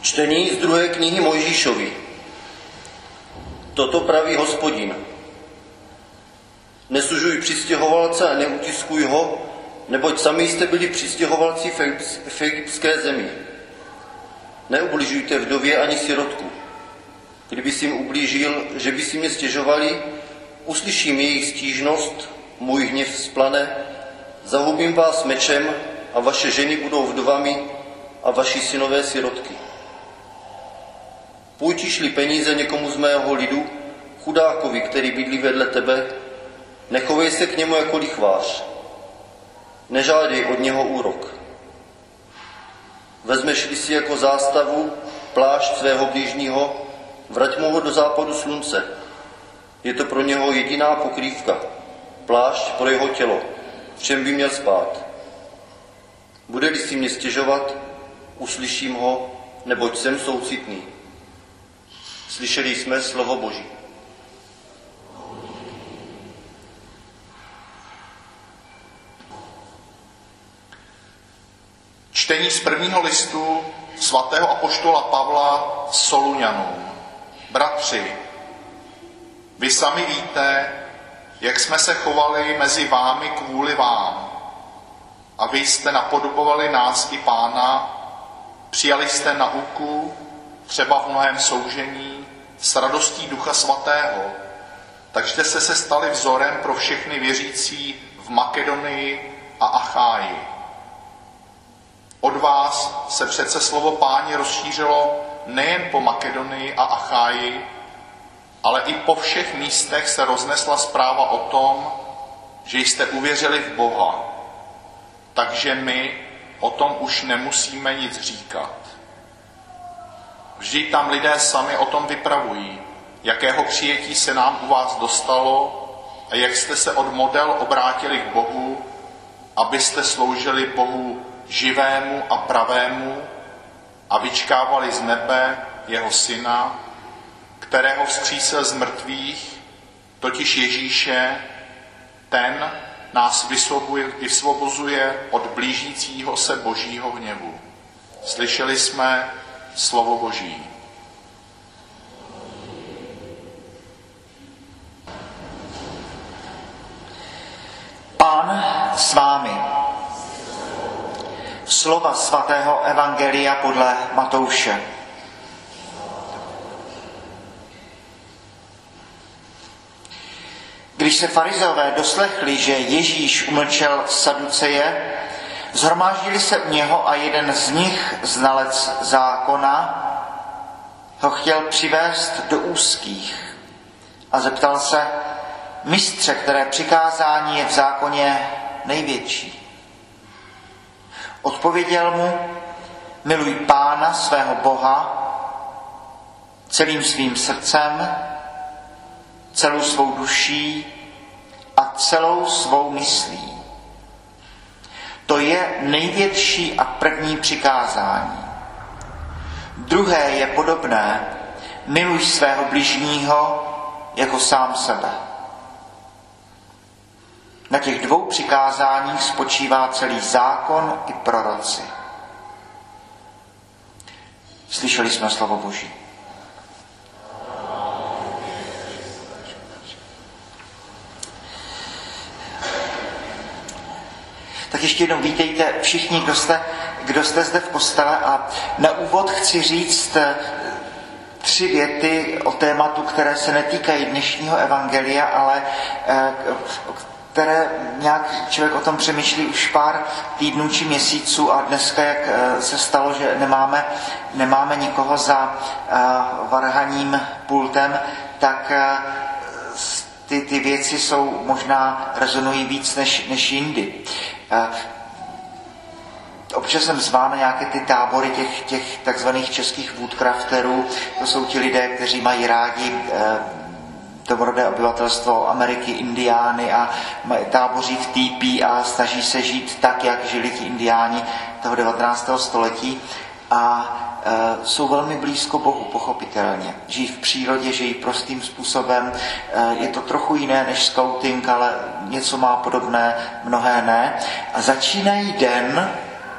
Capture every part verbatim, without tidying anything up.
Čtení z druhé knihy Mojžíšovi. Toto praví Hospodin. Nesužuj přistěhovalce a neutiskuj ho, neboť sami jste byli přistěhovalci v egyptské zemi. Neubližujte vdově ani sirotku. Kdyby si jim ublížil, že by si mě stěžovali, uslyším jejich stížnost, můj hněv splane, zahubím vás mečem a vaše ženy budou vdovami a vaši synové sirotky. Půjčíš-li peníze někomu z mého lidu, chudákovi, který bydlí vedle tebe, nechovej se k němu jako lichvář. Nežádej od něho úrok. Vezmeš-li si jako zástavu plášť svého blížního, vrať mu ho do západu slunce. Je to pro něho jediná pokrývka, plášť pro jeho tělo, v čem by měl spát. Bude-li si mě stěžovat, uslyším ho, neboť jsem soucitný. Slyšeli jsme slovo Boží. Čtení z prvního listu svatého apoštola Pavla Soluňanům. Bratři, vy sami víte, jak jsme se chovali mezi vámi kvůli vám. A vy jste napodobovali nás i Pána, přijali jste nauku, třeba v mnohém soužení, s radostí Ducha Svatého, takže jste se stali vzorem pro všechny věřící v Makedonii a Acháji. Od vás se přece slovo Páně rozšířilo nejen po Makedonii a Acháji, ale i po všech místech se roznesla zpráva o tom, že jste uvěřili v Boha. Takže my o tom už nemusíme nic říkat. Vždyť tam lidé sami o tom vypravují, jakého přijetí se nám u vás dostalo a jak jste se od model obrátili k Bohu, abyste sloužili Bohu živému a pravému a vyčkávali z nebe jeho syna, kterého vzkřísil z mrtvých, totiž Ježíše, ten nás vysvobozuje od blížícího se božího hněvu. Slyšeli jsme slovo Boží. Pán s vámi. Slova svatého evangelia podle Matouše. Když se farizeové doslechli, že Ježíš umlčel Saduceje, shromáždili se u něho a jeden z nich, znalec zákona, ho chtěl přivést do úzkých a zeptal se: Mistře, které přikázání je v zákoně největší? Odpověděl mu: Miluj Pána svého Boha celým svým srdcem, celou svou duší a celou svou myslí. To je největší a první přikázání. Druhé je podobné: miluj svého bližního jako sám sebe. Na těch dvou přikázáních spočívá celý zákon i proroci. Slyšeli jsme slovo Boží. Tak ještě jednou vítejte všichni, kdo jste, kdo jste zde v kostele, a na úvod chci říct tři věty o tématu, které se netýkají dnešního evangelia, ale které nějak člověk o tom přemýšlí už pár týdnů či měsíců, a dneska, jak se stalo, že nemáme, nemáme nikoho za varhaním pultem, tak ty, ty věci jsou možná rezonují víc než, než jindy. Občas jsem zván na nějaké ty tábory těch, těch takzvaných českých woodcrafterů. To jsou ti lidé, kteří mají rádi domorodé obyvatelstvo Ameriky, Indiány, a táboří v týpí a snaží se žít tak, jak žili ti Indiáni toho devatenáctého století. A e, jsou velmi blízko Bohu, pochopitelně. Žijí v přírodě, žijí prostým způsobem. E, je to trochu jiné než scouting, ale něco má podobné, mnohé ne. A začínají den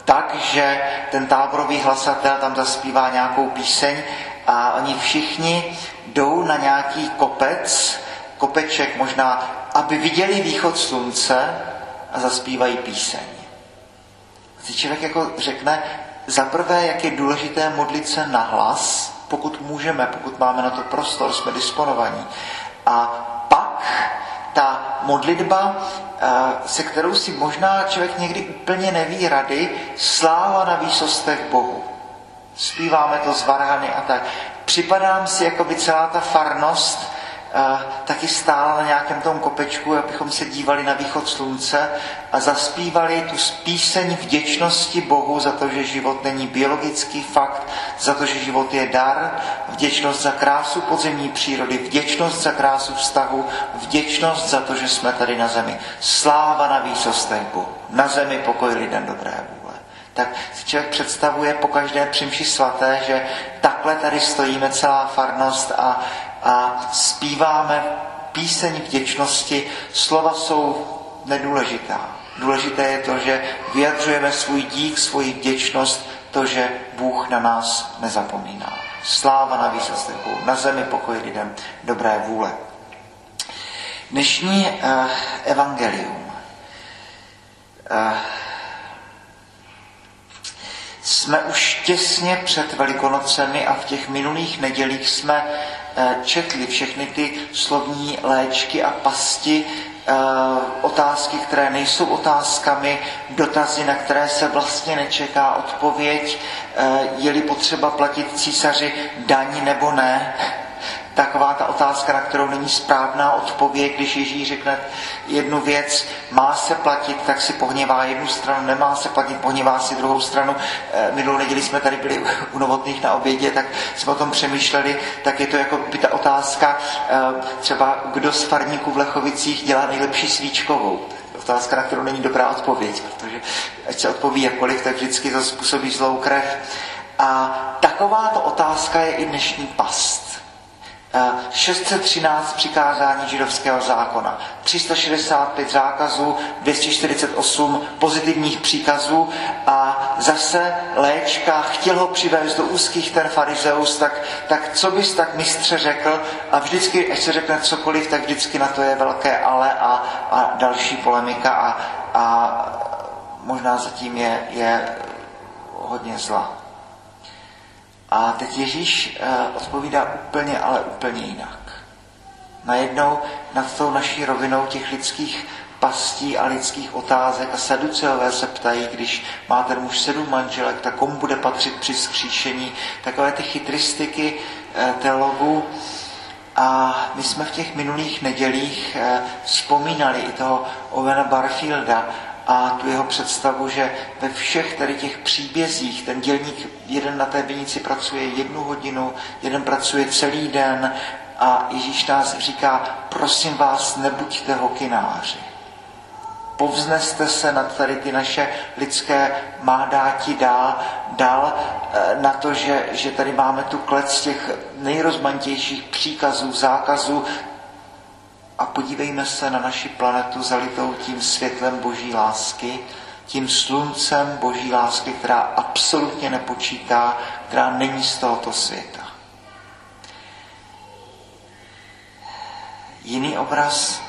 tak, že ten táborový hlasatel tam zaspívá nějakou píseň a oni všichni jdou na nějaký kopec, kopeček možná, aby viděli východ slunce a zaspívají píseň. Si člověk jako řekne, za prvé, jak je důležité modlit se nahlas, pokud můžeme, pokud máme na to prostor, jsme disponovaní. A pak ta modlitba, se kterou si možná člověk někdy úplně neví rady, sláva na výsostech Bohu. Zpíváme to z varhany a tak. Připadám si, jako by celá ta farnost uh, taky stála na nějakém tom kopečku, abychom se dívali na východ slunce a zaspívali tu píseň vděčnosti Bohu za to, že život není biologický fakt, za to, že život je dar, vděčnost za krásu podzemní přírody, vděčnost za krásu vztahu, vděčnost za to, že jsme tady na zemi. Sláva na výsostech Bohu. Na zemi pokoj lidem dobré vůle. Tak si člověk představuje po každé při mši svaté, že takhle tady stojíme celá farnost a, a zpíváme píseň vděčnosti. Slova jsou nedůležitá. Důležité je to, že vyjadřujeme svůj dík, svoji vděčnost, to, že Bůh na nás nezapomíná. Sláva na výsostech Bohu, na zemi pokoj lidem dobré vůle. Dnešní uh, evangelium. Uh, Jsme už těsně před Velikonocemi a v těch minulých nedělích jsme četli všechny ty slovní léčky a pasti, otázky, které nejsou otázkami, dotazy, na které se vlastně nečeká odpověď, je-li potřeba platit císaři daň nebo ne. Taková ta otázka, na kterou není správná odpověď, když Ježíš řekne jednu věc, má se platit, tak si pohněvá jednu stranu, nemá se platit, pohněvá si druhou stranu. Minulou neděli jsme tady byli u Novotných na obědě, tak jsme o tom přemýšleli, tak je to jako by ta otázka, třeba kdo z farníků v Lechovicích dělá nejlepší svíčkovou. Otázka, na kterou není dobrá odpověď, protože ať se odpoví jakkoliv, tak vždycky to způsobí zlou krev. A takováto otázka je i dnešní past. šest set třináct přikázání židovského zákona, tři sta šedesát pět zákazů, dvě stě čtyřicet osm pozitivních příkazů a zase léčka chtěl ho přivést do úzkých ten farizeus, tak, tak co bys tak mistře řekl? A vždycky, až se řekne cokoliv, tak vždycky na to je velké ale a, a další polemika a, a možná zatím je, je hodně zla. A teď Ježíš uh, odpovídá úplně, ale úplně jinak. Najednou nad tou naší rovinou těch lidských pastí a lidských otázek a saduceové se ptají, když má ten muž sedm manželek, tak komu bude patřit při vzkříšení. Takové ty chytristiky uh, teologů. A my jsme v těch minulých nedělích uh, vzpomínali i toho Owena Barfielda, a tu jeho představu, že ve všech tady těch příbězích ten dělník jeden na té vinici pracuje jednu hodinu, jeden pracuje celý den a Ježíš nás říká, prosím vás, nebuďte hokynáři. Povzneste se nad tady ty naše lidské má dáti dál, dál na to, že, že tady máme tu klec těch nejrozmanitějších příkazů, zákazů, a podívejme se na naši planetu zalitou tím světlem Boží lásky, tím sluncem Boží lásky, která absolutně nepočítá, která není z tohoto světa. Jiný obraz.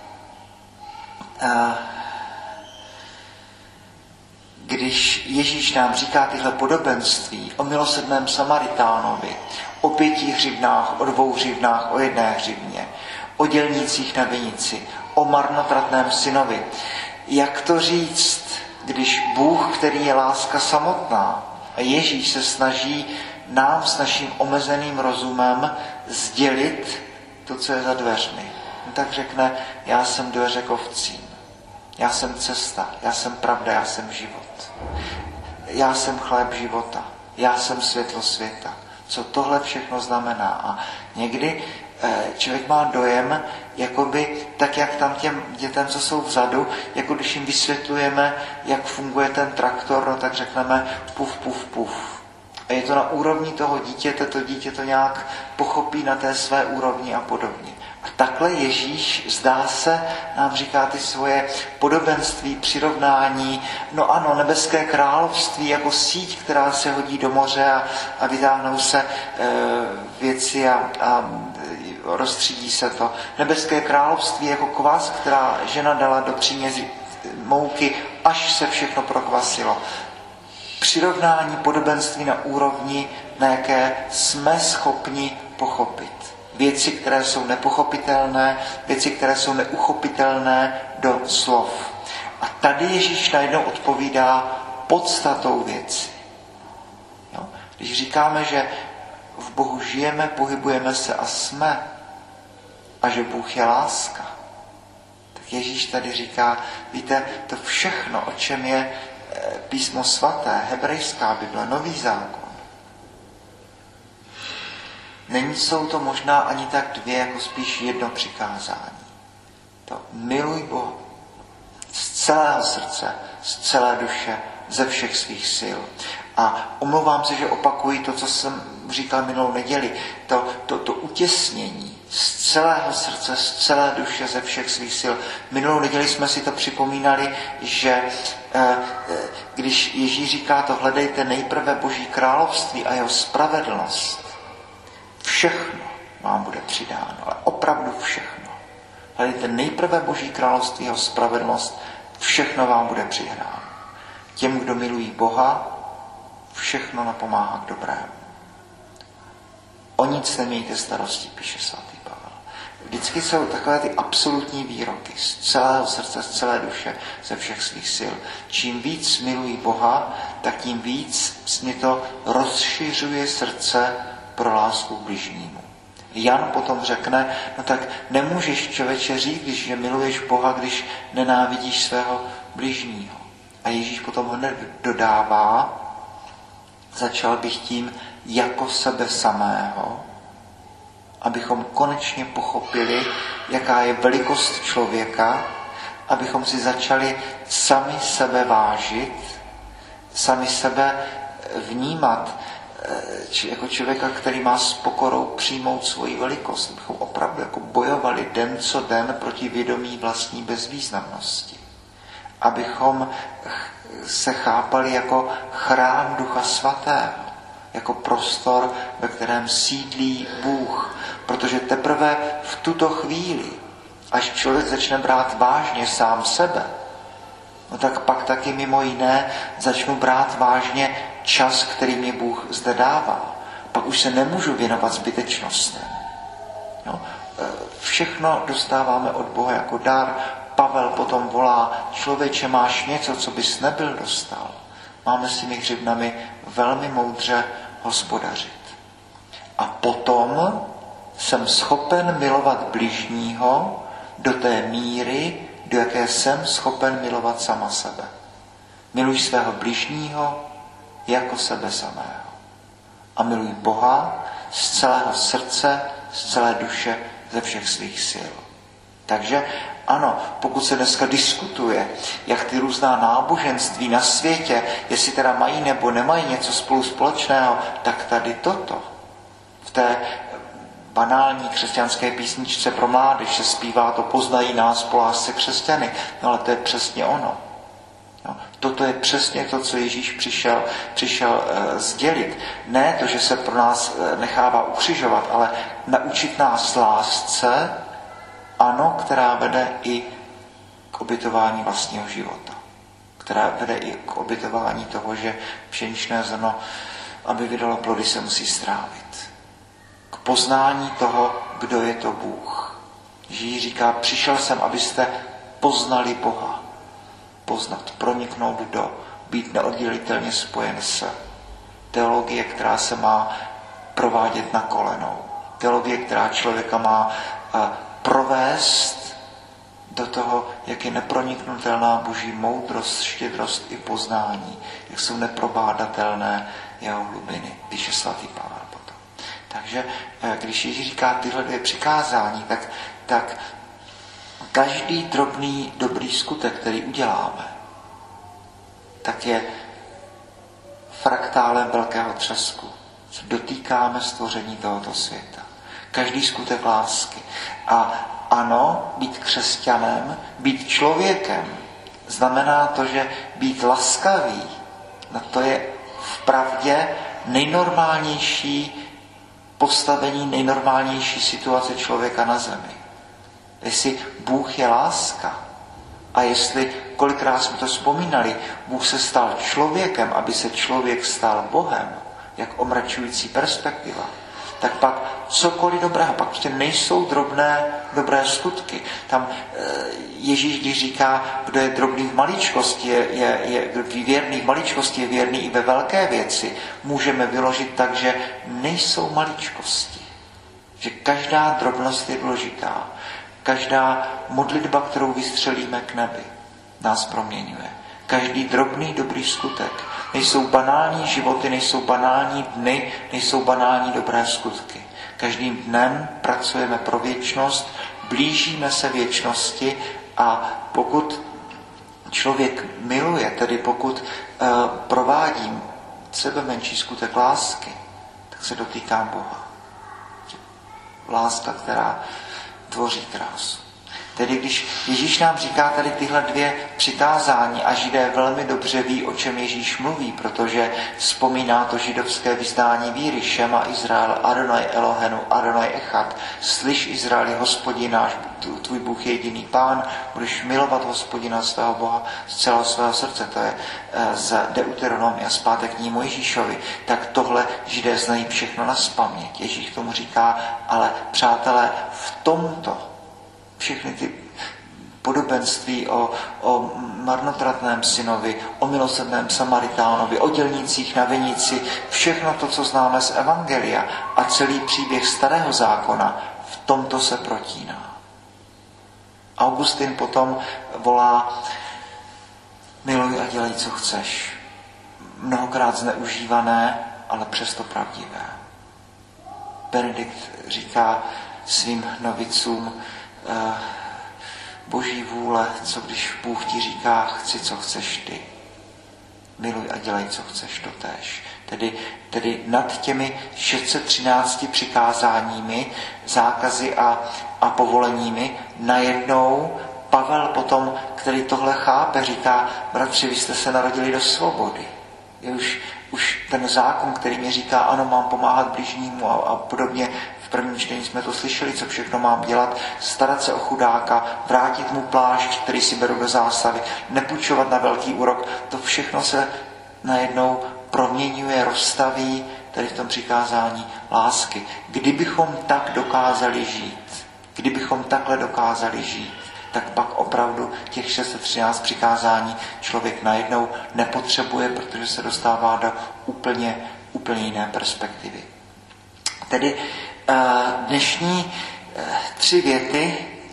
Když Ježíš nám říká tyhle podobenství o milosrdném Samaritánovi, o pěti hřivnách, o dvou hřivnách, o jedné hřivně, o dělnících na vinici, o marnotratném synovi. Jak to říct, když Bůh, který je láska samotná, a Ježíš se snaží nám s naším omezeným rozumem sdělit to, co je za dveřmi. On tak řekne, já jsem dveře k ovcím, já jsem cesta, já jsem pravda, já jsem život. Já jsem chléb života, já jsem světlo světa. Co tohle všechno znamená? A někdy člověk má dojem, jakoby, tak jak tam těm dětem, co jsou vzadu, jako když jim vysvětlujeme, jak funguje ten traktor, no tak řekneme puf, puf, puf. A je to na úrovni toho dítěte, to dítě to nějak pochopí na té své úrovni a podobně. A takhle Ježíš, zdá se, nám říká ty svoje podobenství, přirovnání. No ano, nebeské království jako síť, která se hodí do moře a, a vytáhnou se e, věci a, a rozstřídí se to. Nebeské království jako kvas, která žena dala do příměří mouky, až se všechno prokvasilo. Přirovnání podobenství na úrovni, na jaké jsme schopni pochopit. Věci, které jsou nepochopitelné, věci, které jsou neuchopitelné do slov. A tady Ježíš najednou odpovídá podstatou věci. Jo? Když říkáme, že v Bohu žijeme, pohybujeme se a jsme, a že Bůh je láska, tak Ježíš tady říká, víte, to všechno, o čem je Písmo svaté, hebrejská Bible, Nový zákon, není jsou to možná ani tak dvě, jako spíš jedno přikázání. To miluj Boha z celého srdce, z celé duše, ze všech svých sil. A omlouvám se, že opakuji to, co jsem říkal minulou neděli. To, to, to utěsnění z celého srdce, z celé duše, ze všech svých sil. Minulou neděli jsme si to připomínali, že eh, když Ježíš říká to, hledejte nejprve Boží království a jeho spravedlnost, všechno vám bude přidáno, ale opravdu všechno. Hledejte nejprve Boží království, jeho spravedlnost, všechno vám bude přidáno. Těm, kdo milují Boha, všechno napomáhá k dobrému. O nic nemějte starosti, píše svatý Pavel. Vždycky jsou takové ty absolutní výroky z celého srdce, z celé duše, ze všech svých sil. Čím víc milují Boha, tak tím víc mě to rozšiřuje srdce pro lásku k bližnímu. Jan potom řekne, no tak nemůžeš, člověče, říct, když že miluješ Boha, když nenávidíš svého bližního. A Ježíš potom hned dodává, začal bych tím jako sebe samého, abychom konečně pochopili, jaká je velikost člověka, abychom si začali sami sebe vážit, sami sebe vnímat jako člověka, který má s pokorou přijmout svoji velikost. Abychom opravdu jako bojovali den co den proti vědomí vlastní bezvýznamnosti. Abychom se chápali jako chrám Ducha Svatého, jako prostor, ve kterém sídlí Bůh. Protože teprve v tuto chvíli, až člověk začne brát vážně sám sebe, no tak pak taky mimo jiné začnu brát vážně čas, který mě Bůh zde dává. Pak už se nemůžu věnovat zbytečnostem. No, všechno dostáváme od Boha jako dar. Pavel potom volá, člověče, máš něco, co bys nebyl dostal. Máme s těmi hřibnami velmi moudře hospodařit. A potom jsem schopen milovat bližního do té míry, do jaké jsem schopen milovat sama sebe. Miluj svého bližního jako sebe samého. A miluj Boha z celého srdce, z celé duše, ze všech svých sil. Takže ano, pokud se dneska diskutuje, jak ty různá náboženství na světě, jestli teda mají nebo nemají něco spolu společného, tak tady toto. V té banální křesťanské písničce pro mládež se zpívá to poznají nás po lásce křesťany. No ale to je přesně ono. No, toto je přesně to, co Ježíš přišel, přišel e, sdělit. Ne to, že se pro nás e, nechává ukřižovat, ale naučit nás lásce, ano, která vede i k obětování vlastního života. Která vede i k obětování toho, že pšeničné zrno, aby vydalo plody, se musí strávit. K poznání toho, kdo je to Bůh. Ježíš říká, přišel jsem, abyste poznali Boha. Poznat, proniknout do, být neoddělitelně spojen se. Teologie, která se má provádět na kolenou. Teologie, která člověka má a, provést do toho, jak je neproniknutelná Boží moudrost, štědrost i poznání, jak jsou neprobádatelné jeho hlubiny, píše svatý Pavel potom. Takže když Ježíš říká tyhle dvě přikázání, tak, tak každý drobný dobrý skutek, který uděláme, tak je fraktálem velkého třesku se dotýkáme stvoření tohoto světa. Každý skutek lásky. A ano, být křesťanem, být člověkem, znamená to, že být laskavý, no to je vpravdě nejnormálnější postavení, nejnormálnější situace člověka na zemi. Jestli Bůh je láska a jestli, kolikrát jsme to vzpomínali, Bůh se stal člověkem, aby se člověk stal Bohem, jak omračující perspektiva, tak pak cokoliv dobrého, pak prostě nejsou drobné dobré skutky. Tam Ježíš, když říká, kdo je drobný v maličkosti, je, je, je věrný v maličkosti, je věrný i ve velké věci, můžeme vyložit tak, že nejsou maličkosti. Že každá drobnost je důležitá. Každá modlitba, kterou vystřelíme k nebi, nás proměňuje. Každý drobný dobrý skutek. Nejsou banální životy, nejsou banální dny, nejsou banální dobré skutky. Každým dnem pracujeme pro věčnost, blížíme se věčnosti a pokud člověk miluje, tedy pokud uh, provádím sebe menší skutek lásky, tak se dotýkám Boha. Láska, která tvoří krásu. Tedy když Ježíš nám říká tady tyhle dvě přikázání a Židé velmi dobře ví, o čem Ježíš mluví, protože vzpomíná to židovské vyznání víry, Šema Izrael, Adonai Elohenu, Adonai Echad. Slyš Izraeli, Hospodin náš, tvůj Bůh je jediný Pán, budeš milovat Hospodina svého Boha z celého svého srdce. To je z Deuteronomia, zpátek knihy Mojžíšovi. Tak tohle Židé znají všechno nazpaměť. Ježíš k tomu říká, ale přátelé, v tomto všechny ty podobenství o, o marnotratném synovi, o milosrdném Samaritánovi, o dělnících na vinici, všechno to, co známe z Evangelia a celý příběh Starého zákona, v tomto se protíná. Augustin potom volá, miluj a dělej, co chceš. Mnohokrát zneužívané, ale přesto pravdivé. Benedikt říká svým novicům, Boží vůle, co když Bůh ti říká, chci, co chceš ty. Miluj a dělej, co chceš, totéž. Tedy, tedy nad těmi šest set třinácti přikázáními, zákazy a, a povoleními, najednou Pavel potom, který tohle chápe, říká, bratři, vy jste se narodili do svobody. Je už, už ten zákon, který mi říká, ano, mám pomáhat bližnímu a, a podobně. V prvním čtení jsme to slyšeli, co všechno mám dělat, starat se o chudáka, vrátit mu plášť, který si beru do zástavy, nepůjčovat na velký úrok. To všechno se najednou proměňuje, rozstaví tady v tom přikázání lásky. Kdybychom tak dokázali žít, kdybychom takhle dokázali žít, tak pak opravdu těch šest set třináct přikázání člověk najednou nepotřebuje, protože se dostává do úplně, úplně jiné perspektivy. Tedy dnešní tři věty,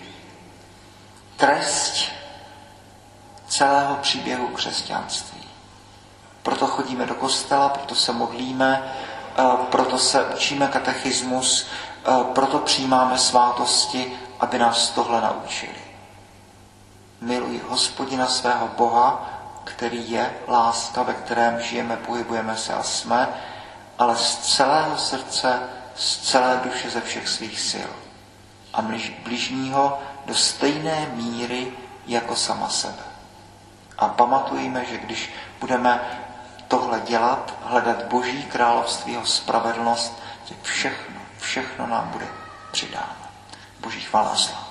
trest celého příběhu křesťanství. Proto chodíme do kostela, proto se modlíme, proto se učíme katechismus, proto přijímáme svátosti, aby nás tohle naučili. Miluj Hospodina svého Boha, který je láska, ve kterém žijeme, pohybujeme se a jsme, ale z celého srdce, z celé duše, ze všech svých sil. A bližního do stejné míry jako sama sebe. A pamatujme, že když budeme tohle dělat, hledat Boží království, jeho spravedlnost, že všechno, všechno nám bude přidáno. Boží chvála a sláva.